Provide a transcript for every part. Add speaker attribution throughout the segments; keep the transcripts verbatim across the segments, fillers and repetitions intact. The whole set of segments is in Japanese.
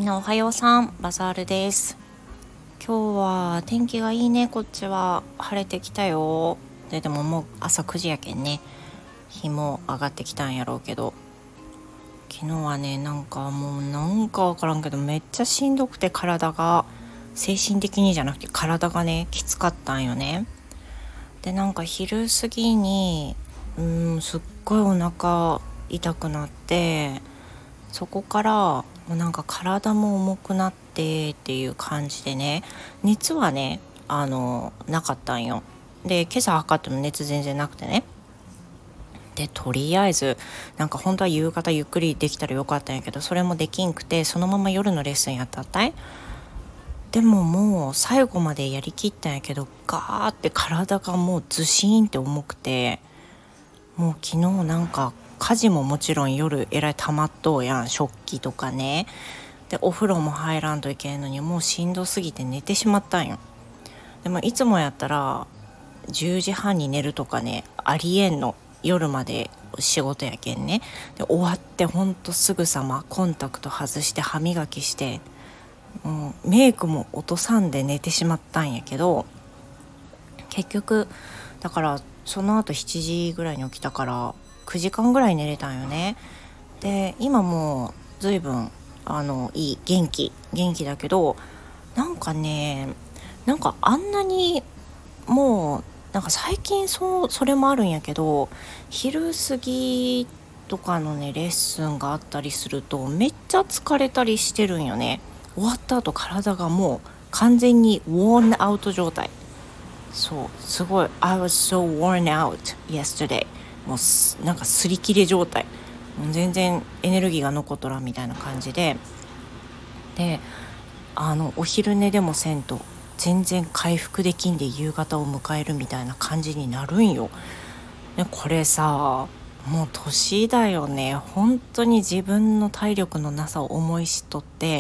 Speaker 1: なおはようさん、バザールです。今日は天気がいいね。こっちは晴れてきたよ。ででももう朝くじやけんね、日も上がってきたんやろうけど、昨日はね、なんかもうなんかわからんけどめっちゃしんどくて、体が精神的にじゃなくて体がねきつかったんよね。でなんか昼過ぎにうーんすっごいお腹痛くなって、そこからもうなんか体も重くなってっていう感じでね、熱はねあのなかったんよ。で今朝測っても熱全然なくてね。でとりあえずなんか本当は夕方ゆっくりできたらよかったんやけど、それもできんくて、そのまま夜のレッスンやったったい。でももう最後までやりきったんやけど、ガーって体がもうズシーンって重くて、もう昨日なんか家事ももちろん夜えらい溜まっとうやん、食器とかね。でお風呂も入らんといけんのに、もうしんどすぎて寝てしまったんよ。でもいつもやったらじゅうじはんに寝るとかね、ありえんの。夜まで仕事やけんね。で終わってほんとすぐさまコンタクト外して歯磨きして、もうメイクも落とさんで寝てしまったんやけど、結局だからその後しちじぐらいに起きたからくじかんぐらい寝れたんよね。で今もうずいぶんあのいい元気元気だけど、なんかねなんかあんなにもうなんか最近そうそれもあるんやけど、昼過ぎとかのねレッスンがあったりするとめっちゃ疲れたりしてるんよね。終わった後体がもう完全にウォーンアウト状態。そうすごい I was so worn out yesterday。 もうすなんか擦り切れ状態、もう全然エネルギーが残っとらんみたいな感じで、であのお昼寝でもせんと全然回復できんで夕方を迎えるみたいな感じになるんよ。でこれさ、もう年だよね。本当に自分の体力のなさを思い知っとって、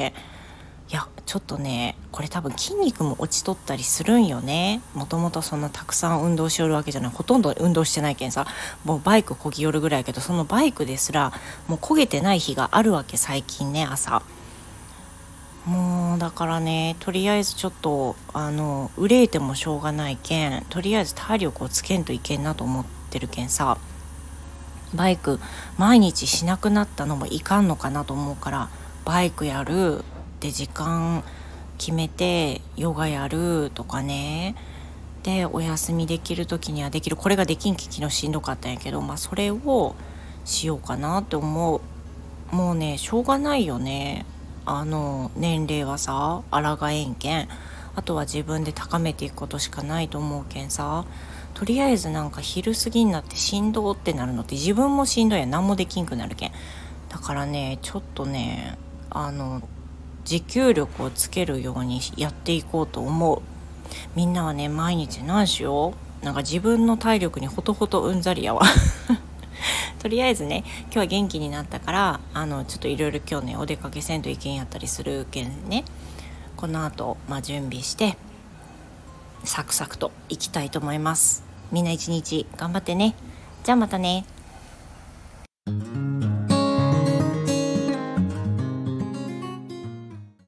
Speaker 1: いやちょっとねこれ多分筋肉も落ちとったりするんよね。もともとそんなたくさん運動しよるわけじゃない、ほとんど運動してないけんさ、もうバイクこぎよるぐらいやけど、そのバイクですらもう焦げてない日があるわけ最近ね。朝もうだからね、とりあえずちょっとあの憂えてもしょうがないけん、とりあえず体力をつけんといけんなと思ってるけんさ、バイク毎日しなくなったのもいかんのかなと思うから、バイクやるで時間決めてヨガやるとかね。でお休みできる時にはできる、これができんき昨日しんどかったんやけど、まあそれをしようかなって思う。もうねしょうがないよね。あの年齢はさ抗えんけん、あとは自分で高めていくことしかないと思うけんさ、とりあえずなんか昼過ぎになってしんどってなるのって自分もしんどいやん、何もできんくなるけん。だからねちょっとねあの持久力をつけるようにやっていこうと思う。みんなはね毎日何しよう。なんか自分の体力にほとほとうんざりやわとりあえずね今日は元気になったから、あのちょっといろいろ今日ねお出かけせんといけんやったりするけんね、この後、まあ、準備してサクサクと行きたいと思います。みんな一日頑張ってね。じゃあまたね。